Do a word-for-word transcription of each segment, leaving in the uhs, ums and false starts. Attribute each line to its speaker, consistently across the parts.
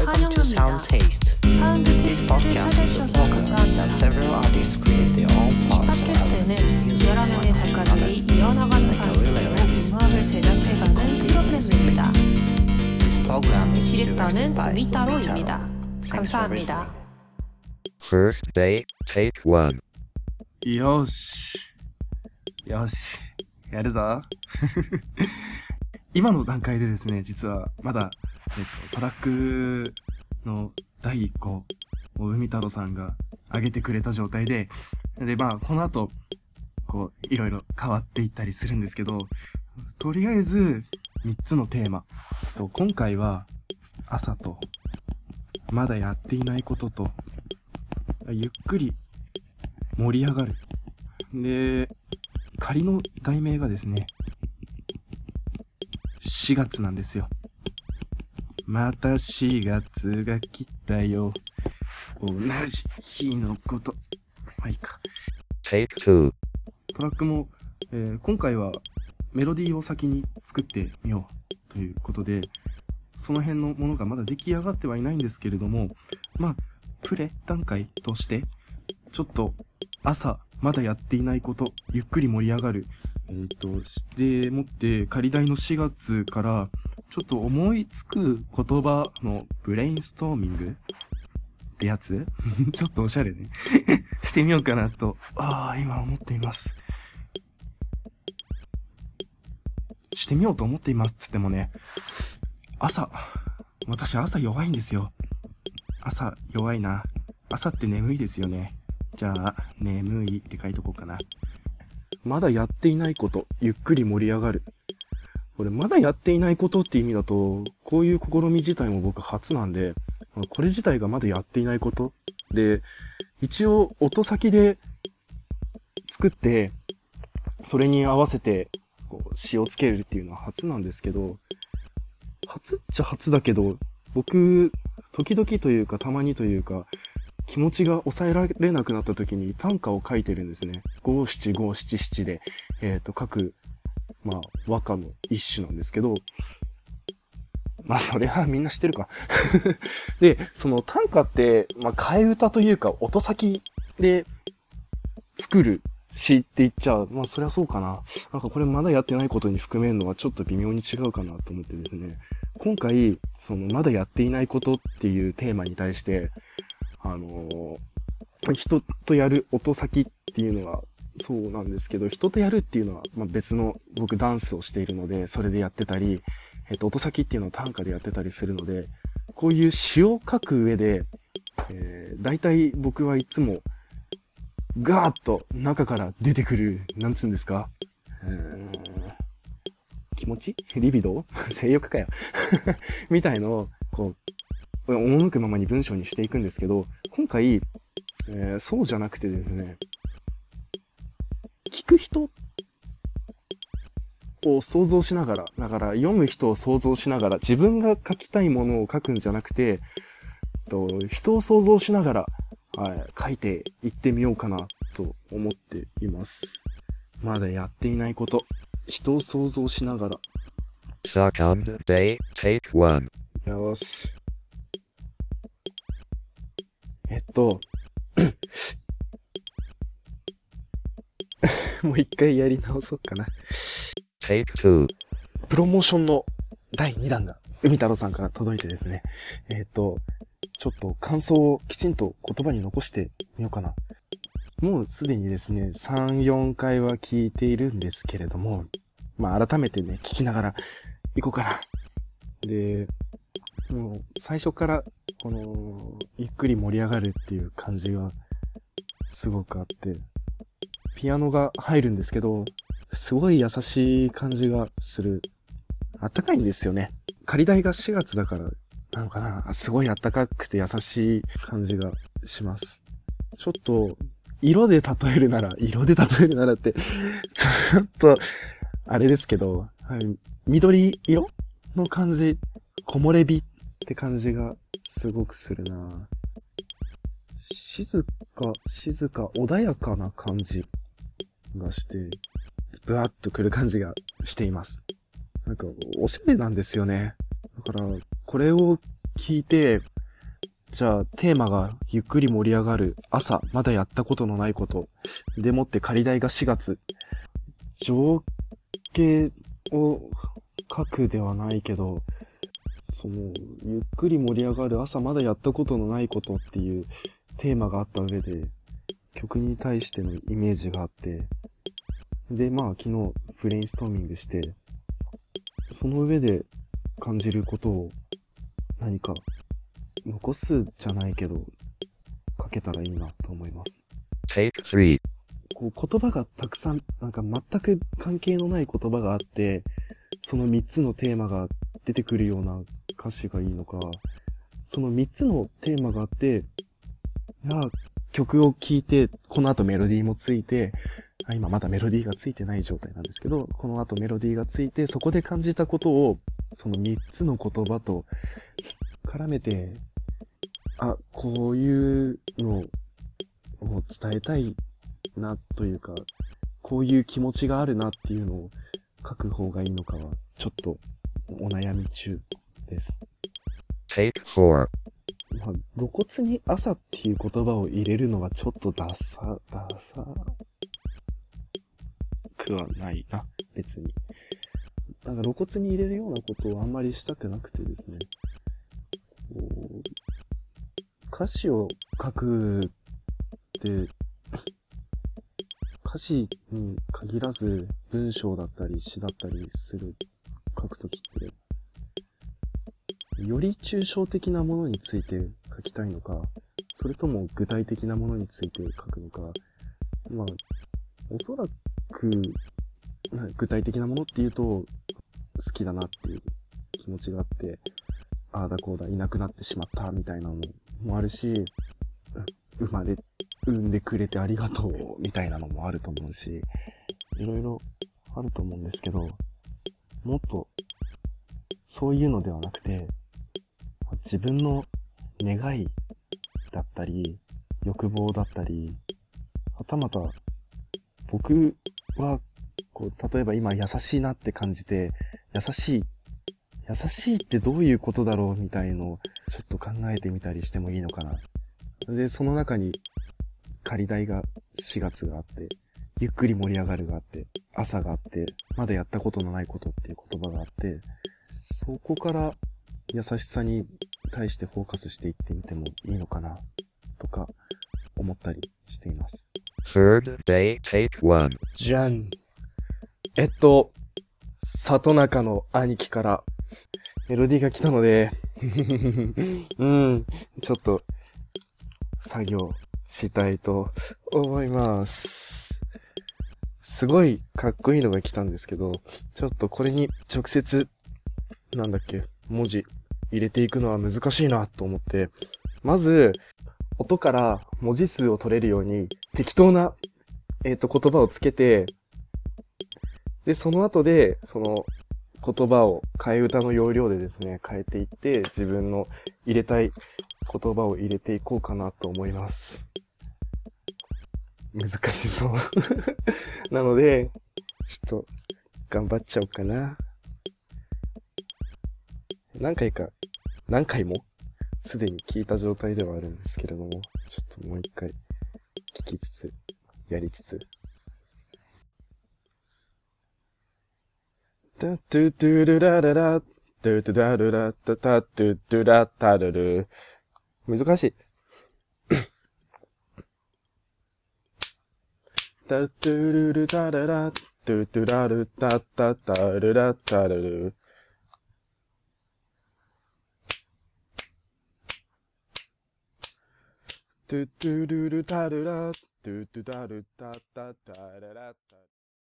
Speaker 1: 환영합니다.
Speaker 2: Sound Taste.
Speaker 1: 사운드
Speaker 2: This
Speaker 1: 테이스트를
Speaker 2: podcast is a
Speaker 1: 찾아주셔서
Speaker 2: program that
Speaker 1: 감사합니다.
Speaker 2: several artists create their own
Speaker 1: 이
Speaker 2: parts of
Speaker 1: 팟캐스트는
Speaker 2: elements
Speaker 1: 여러 명의 작가들이 이어나가는 방식으로 음악을 제작해가는 프로그램입니다.
Speaker 2: This program is directed
Speaker 1: 디렉터는
Speaker 2: by
Speaker 1: 우미타로입니다.
Speaker 2: Thanks for
Speaker 1: 감사합니다.
Speaker 2: listening.
Speaker 3: First day, take one.
Speaker 4: よしよしやるぞ今の段階でですね、実はまだ、えっと、トラックのだいいっこを海太郎さんが上げてくれた状態で、でまあこの後こういろいろ変わっていったりするんですけど、とりあえずみっつのテーマと、今回は朝とまだやっていないことと、ゆっくり盛り上がる。で、仮の題名がですね、しがつなんですよ。またしがつが来たよ。同じ日のこと。まあいいか。
Speaker 3: Take two.
Speaker 4: トラックも、えー今回はメロディーを先に作ってみようということで、その辺のものがまだ出来上がってはいないんですけれども、まあ、プレ段階として、ちょっと朝まだやっていないこと、ゆっくり盛り上がる、えっと、してもって仮題のしがつからちょっと思いつく言葉のブレインストーミングってやつちょっとおしゃれねしてみようかなと、ああ、今思っています。してみようと思っていますっつってもね、朝、私朝弱いんですよ。朝弱いな。朝って眠いですよね。じゃあ、眠いって書いとこうかな。まだやっていないこと、ゆっくり盛り上がる。これ、まだやっていないことって意味だと、こういう試み自体も僕初なんで、これ自体がまだやっていないことで、一応音先で作って、それに合わせてこう詞をつけるっていうのは初なんですけど、初っちゃ初だけど、僕、時々というかたまにというか、気持ちが抑えられなくなった時に短歌を書いてるんですね。五七五七七で、えっと、書く、まあ、和歌の一種なんですけど、まあ、それはみんな知ってるか。で、その短歌って、まあ、替え歌というか、音先で作る詩って言っちゃう。まあ、そりゃそうかな。なんかこれまだやってないことに含めるのはちょっと微妙に違うかなと思ってですね。今回、その、まだやっていないことっていうテーマに対して、あのー、人とやる音先っていうのはそうなんですけど、人とやるっていうのは、まあ、別の、僕ダンスをしているので、それでやってたり、えっと、音先っていうのは短歌でやってたりするので、こういう詩を書く上で、えー、大体僕はいつも、ガーッと中から出てくる、なんつうんですか、うーん、気持ちリビドー性欲かよみたいのを、こう、赴くままに文章にしていくんですけど、今回、えー、そうじゃなくてですね、聞く人を想像しながら、だから読む人を想像しながら、自分が書きたいものを書くんじゃなくて、と人を想像しながら、はい、書いていってみようかなと思っています。まだやっていないこと、人を想像しながら。
Speaker 3: Second day, take one.
Speaker 4: よし。えっと、もう一回やり直そうかな。
Speaker 3: Take two.
Speaker 4: プロモーションのだいにだんが海太郎さんから届いてですね。えっと、ちょっと感想をきちんと言葉に残してみようかな。もうすでにですね、さん、よんかいは聞いているんですけれども、まあ改めてね、聞きながら行こうかな。で、もう最初からこのゆっくり盛り上がるっていう感じがすごくあって、ピアノが入るんですけど、すごい優しい感じがする。あったかいんですよね。仮題がしがつだからなのかな。すごいあったかくて優しい感じがします。ちょっと色で例えるなら、色で例えるならってちょっとあれですけど、はい、緑色の感じ、木漏れ日って感じがすごくするな。静か、静か、穏やかな感じがして、ブワッとくる感じがしています。なんか、おしゃれなんですよね。だから、これを聞いて、 じゃあ、テーマがゆっくり盛り上がる朝、まだやったことのないこと。でもって仮題がしがつ。情景を書くではないけど、その、ゆっくり盛り上がる朝、まだやったことのないことっていうテーマがあった上で、曲に対してのイメージがあって、で、まあ昨日ブレインストーミングして、その上で感じることを何か残すじゃないけど、書けたらいいなと思います。
Speaker 3: Take three.
Speaker 4: こう言葉がたくさん、なんか全く関係のない言葉があって、そのみっつのテーマが出てくるような歌詞がいいのか、そのみっつのテーマがあって、いや、曲を聴いて、この後メロディーもついて、あ、今まだメロディーがついてない状態なんですけど、この後メロディーがついて、そこで感じたことを、そのみっつの言葉と絡めて、あ、こういうのを伝えたいなというか、こういう気持ちがあるなっていうのを書く方がいいのかは、ちょっとお悩み中です。
Speaker 3: Take four.
Speaker 4: まあ、露骨に朝っていう言葉を入れるのはちょっとダサ、ダサくはないな、別に。なんか露骨に入れるようなことをあんまりしたくなくてですね。こう歌詞を書くって、歌詞に限らず文章だったり詩だったりする、書くときって、より抽象的なものについて書きたいのか、それとも具体的なものについて書くのか、まあ、おそらく、具体的なものっていうと、好きだなっていう気持ちがあって、ああだこうだいなくなってしまったみたいなのもあるし、生まれ、産んでくれてありがとうみたいなのもあると思うし、いろいろあると思うんですけど、もっと、そういうのではなくて、自分の願いだったり、欲望だったり、はたまた、僕は、こう、例えば今優しいなって感じて、優しい、優しいってどういうことだろうみたいのをちょっと考えてみたりしてもいいのかな。で、その中に仮題がしがつがあって、ゆっくり盛り上がるがあって、朝があって、まだやったことのないことっていう言葉があって、そこから優しさに対してフォーカスしていってみてもいいのかな、とか思ったりしています。
Speaker 3: Third day, take one.
Speaker 4: じゃん。えっと、里中の兄貴からメロディーが来たので、うん、ちょっと作業したいと思います。すごいかっこいいのが来たんですけど、ちょっとこれに直接、なんだっけ、文字入れていくのは難しいなと思って、まず、音から文字数を取れるように適当な、えっと、言葉をつけて、で、その後で、その言葉を替え歌の要領でですね、変えていって、自分の入れたい言葉を入れていこうかなと思います。難しそう。なので、ちょっと、頑張っちゃおうかな。何回か、何回も、すでに聞いた状態ではあるんですけれども、ちょっともう一回、聞きつつ、やりつつ。タトゥトゥルラララ、トゥトゥダルラタタトゥトゥラタルル。難しい。タトゥルルタララ、トゥトゥラルタタタルラタルル。トゥトゥルルタルラ、トゥトゥダルタタタララタ。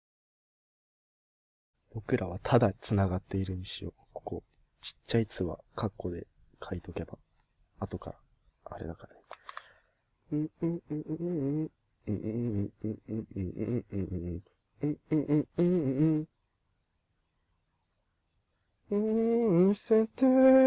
Speaker 4: 僕らはただ繋がっているにしよう。ここ、ちっちゃいつはカッコで書いとけば、後から、あれだからね。うんうんうんうんうんうんうんうんうんうんうんうんうんうんうんうんうんせて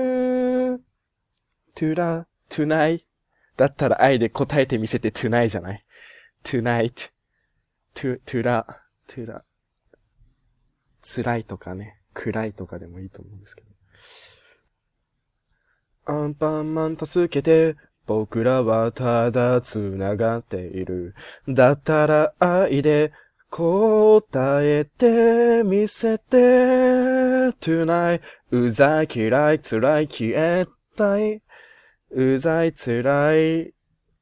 Speaker 4: トゥラ、トゥナイだったら愛で答えてみせてトゥナイじゃない。トゥナイト、トゥ、トゥラ、トゥラ。辛いとかね、暗いとかでもいいと思うんですけど。アンパンマン助けて、 僕らはただ繋がっている。だったら愛で答えてみせて Tonight うざい嫌い辛い消えたいうざい辛い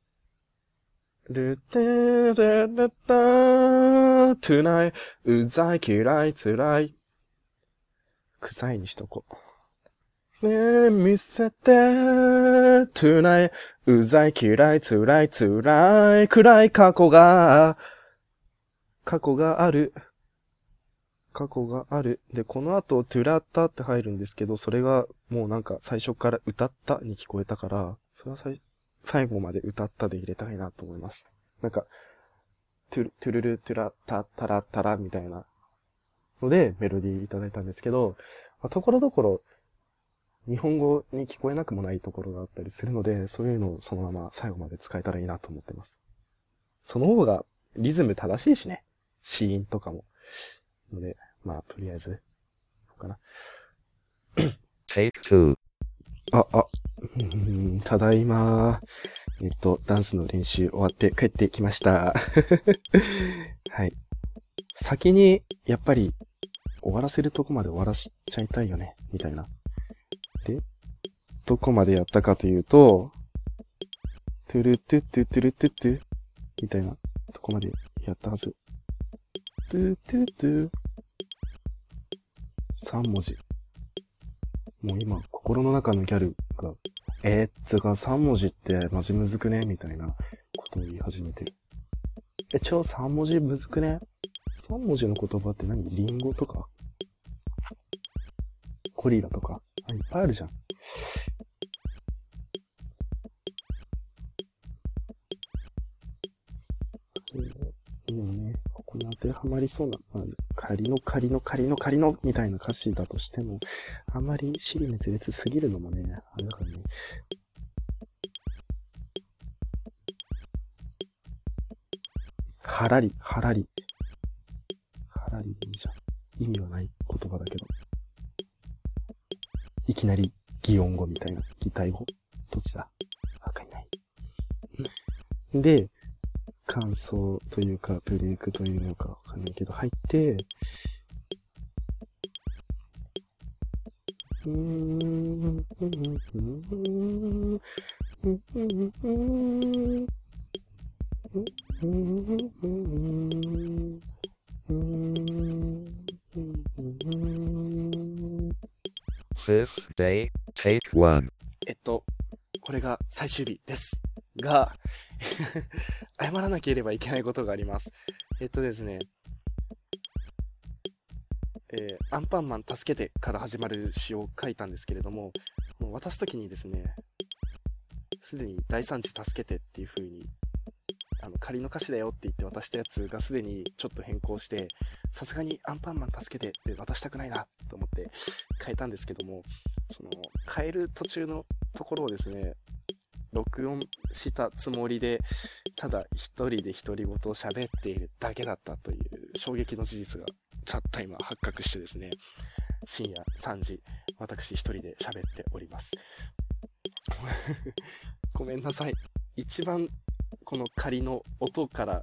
Speaker 4: ルテレレタ Tonight うざい嫌い辛い臭いにしとこう。ね見せて Tonight うざい嫌い辛い辛い暗い過去が過去がある過去があるでこの後トゥラッタって入るんですけどそれがもうなんか最初から歌ったに聞こえたからそれは最最後まで歌ったで入れたいなと思います。なんかトゥルトゥルルトゥラッタタラタラみたいなのでメロディーいただいたんですけど、まあ、ところどころ日本語に聞こえなくもないところがあったりするので、そういうのをそのまま最後まで使えたらいいなと思ってます。その方がリズム正しいしね。子音とかも。ので、まあ、とりあえず、こうかな。
Speaker 3: Take two.
Speaker 4: あ、あ、うん、ただいま、えっと、ダンスの練習終わって帰ってきました。はい。先に、やっぱり、終わらせるとこまで終わらしちゃいたいよね、みたいな。で、どこまでやったかというと、トゥルトゥトゥトゥルトゥトゥみたいなとこまでやったはず。トゥトゥトゥさん文字。もう今、心の中のギャルが、えー、つがさん文字ってマジむずくねみたいなことを言い始めてる。え、ちょ、さん文字むずくね ?さん 文字の言葉って何？リンゴとかゴリラとかあ、いっぱいあるじゃん。でもね、ここに当てはまりそうな、まあ、仮の仮の仮の仮のみたいな歌詞だとしても、あんまり尻滅裂すぎるのもね、あれだからね。はらり、はらり。はらりでいいじゃん。意味はない言葉だけど。いきなり擬音語みたいな。擬態語。どっちだ？わかんない。で、感想というか、ブレイクというのかわかんないけど、入って、うーん、うーん、うーん、うーん、うーん、うーん、
Speaker 3: Fifth day, take one.
Speaker 4: えっと、これが最終日です。が、謝らなければいけないことがあります。えっとですね、えー、アンパンマン助けてから始まる詩を書いたんですけれども、もう渡すときにですね、すでに大惨事助けてっていう風に、あの仮の歌詞だよって言って渡したやつがすでにちょっと変更して、さすがにアンパンマン助けてって渡したくないなと思って変えたんですけども、その変える途中のところをですね、録音したつもりでただ一人で独り言を喋っているだけだったという衝撃の事実がたった今発覚してですね、深夜さんじ私一人で喋っておりますごめんなさい。一番この仮の音から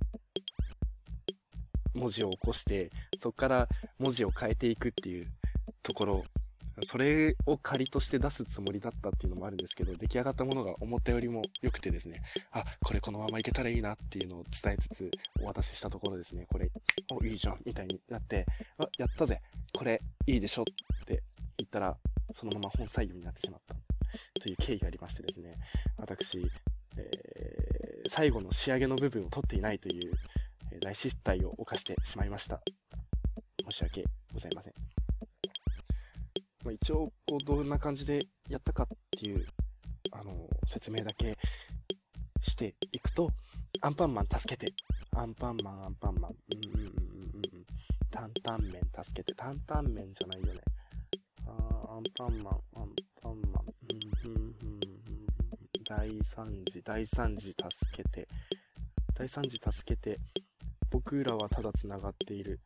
Speaker 4: 文字を起こしてそこから文字を変えていくっていうところ、それを仮として出すつもりだったっていうのもあるんですけど、出来上がったものが思ったよりも良くてですね、あ、これこのままいけたらいいなっていうのを伝えつつお渡ししたところですね、これおいいじゃんみたいになって、あ、やったぜこれいいでしょって言ったらそのまま本採用になってしまったという経緯がありましてですね、私、えー、最後の仕上げの部分を取っていないという、えー、大失態を犯してしまいました。申し訳ございません。まあ、一応こうどんな感じでやったかっていうあの説明だけしていくと、アンパンマン助けて、アンパンマンアンパンマン、うんうんうんうんうん、担々麺助けて、担々麺じゃないよね、あアンパンマンアンパンマン、うんうんうんうん、大惨事大惨事助けて、大惨事助けて、僕らはただつながっている、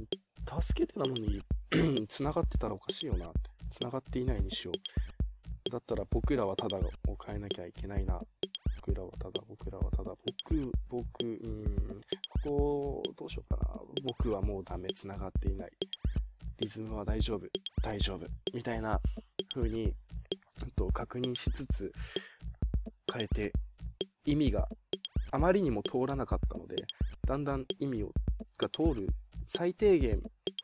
Speaker 4: 助けてなのにつながってたらおかしいよなって、つながっていないにしよう。 だったら僕らはただを変えなきゃいけないな。僕らはただ、僕らはただ、僕、僕、うーん、ここ、どうしようかな。僕はもうダメ、繋がっていない。リズムは大丈夫、大丈夫。みたいな風に、と確認しつつ変えて、意味があまりにも通らなかったので、だんだん意味をが通る最低限、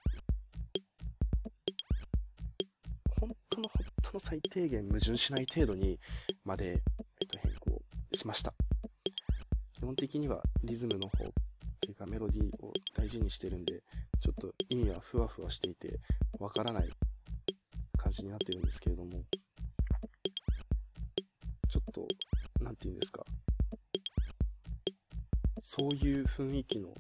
Speaker 4: 本当の本当の最低限矛盾しない程度にまで、えっと、変更しました。基本的にはリズムの方っていうかメロディーを大事にしてるんで、ちょっと意味はふわふわしていてわからない感じになってるんですけれども、ちょっとなんて言うんですか、そういう雰囲気の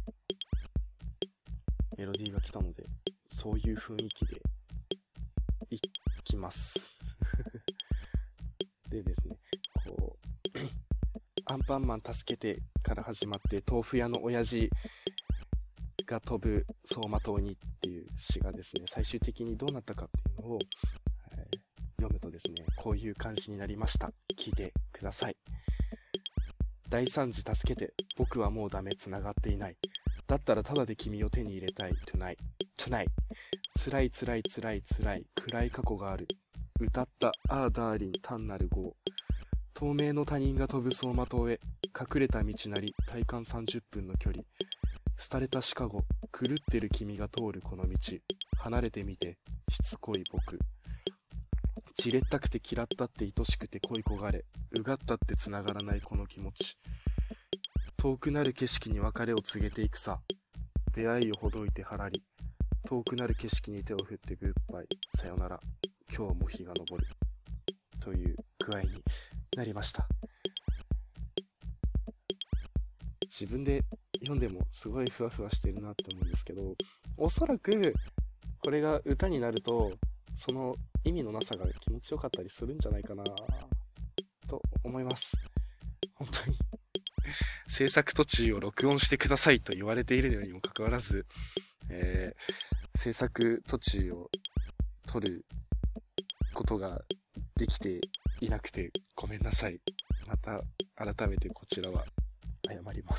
Speaker 4: メロディーが来たので、そういう雰囲気でいきますでですね、こうアンパンマン助けてから始まって、豆腐屋の親父が飛ぶ走馬灯にっていう詩がですね、最終的にどうなったかっていうのを、えー、読むとですね、こういう感じになりました。聞いてください。大惨事助けて、僕はもうダメ、繋がっていない。だったらただで君を手に入れたい。tonight tonight 辛い辛い辛い辛い暗い過去がある。歌ったああダーリン単なる号。透明の他人が飛ぶ走馬灯へ、隠れた道なり体感さんじゅっぷんの距離。廃れたシカゴ、狂ってる君が通るこの道。離れてみて、しつこい僕。じれったくて嫌ったって愛しくて恋焦がれ、うがったって繋がらないこの気持ち。遠くなる景色に別れを告げていくさ。出会いをほどいてはらり。遠くなる景色に手を振ってグッバイ。さよなら。今日も日が昇る。という具合になりました。自分で読んでもすごいふわふわしてるなって思うんですけど、おそらくこれが歌になると、その意味のなさが気持ちよかったりするんじゃないかなと思います。本当に制作途中を録音してくださいと言われているのにもかかわらず、えー、制作途中を撮ることができていなくてごめんなさい。また改めてこちらは謝ります。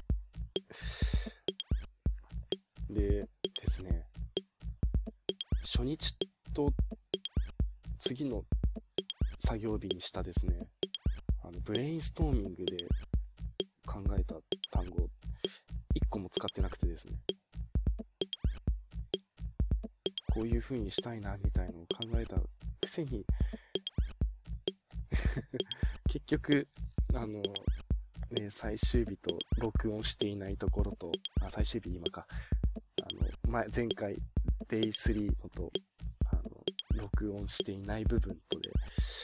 Speaker 4: でですね、初日と次の作業日にしたですね、あのブレインストーミングで考えた単語いっこも使ってなくてですね、こういう風にしたいなみたいのを考えたくせに結局あのね、最終日と録音していないところと、あ、最終日今か、あの前前回デイスリーのとあの録音していない部分とで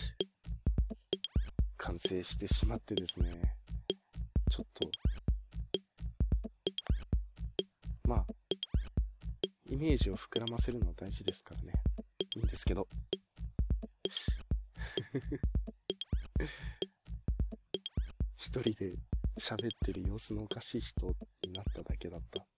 Speaker 4: 完成してしまってですね、ちょっとまあイメージを膨らませるのは大事ですからね、いいんですけど一人で喋ってる様子のおかしい人になっただけだった。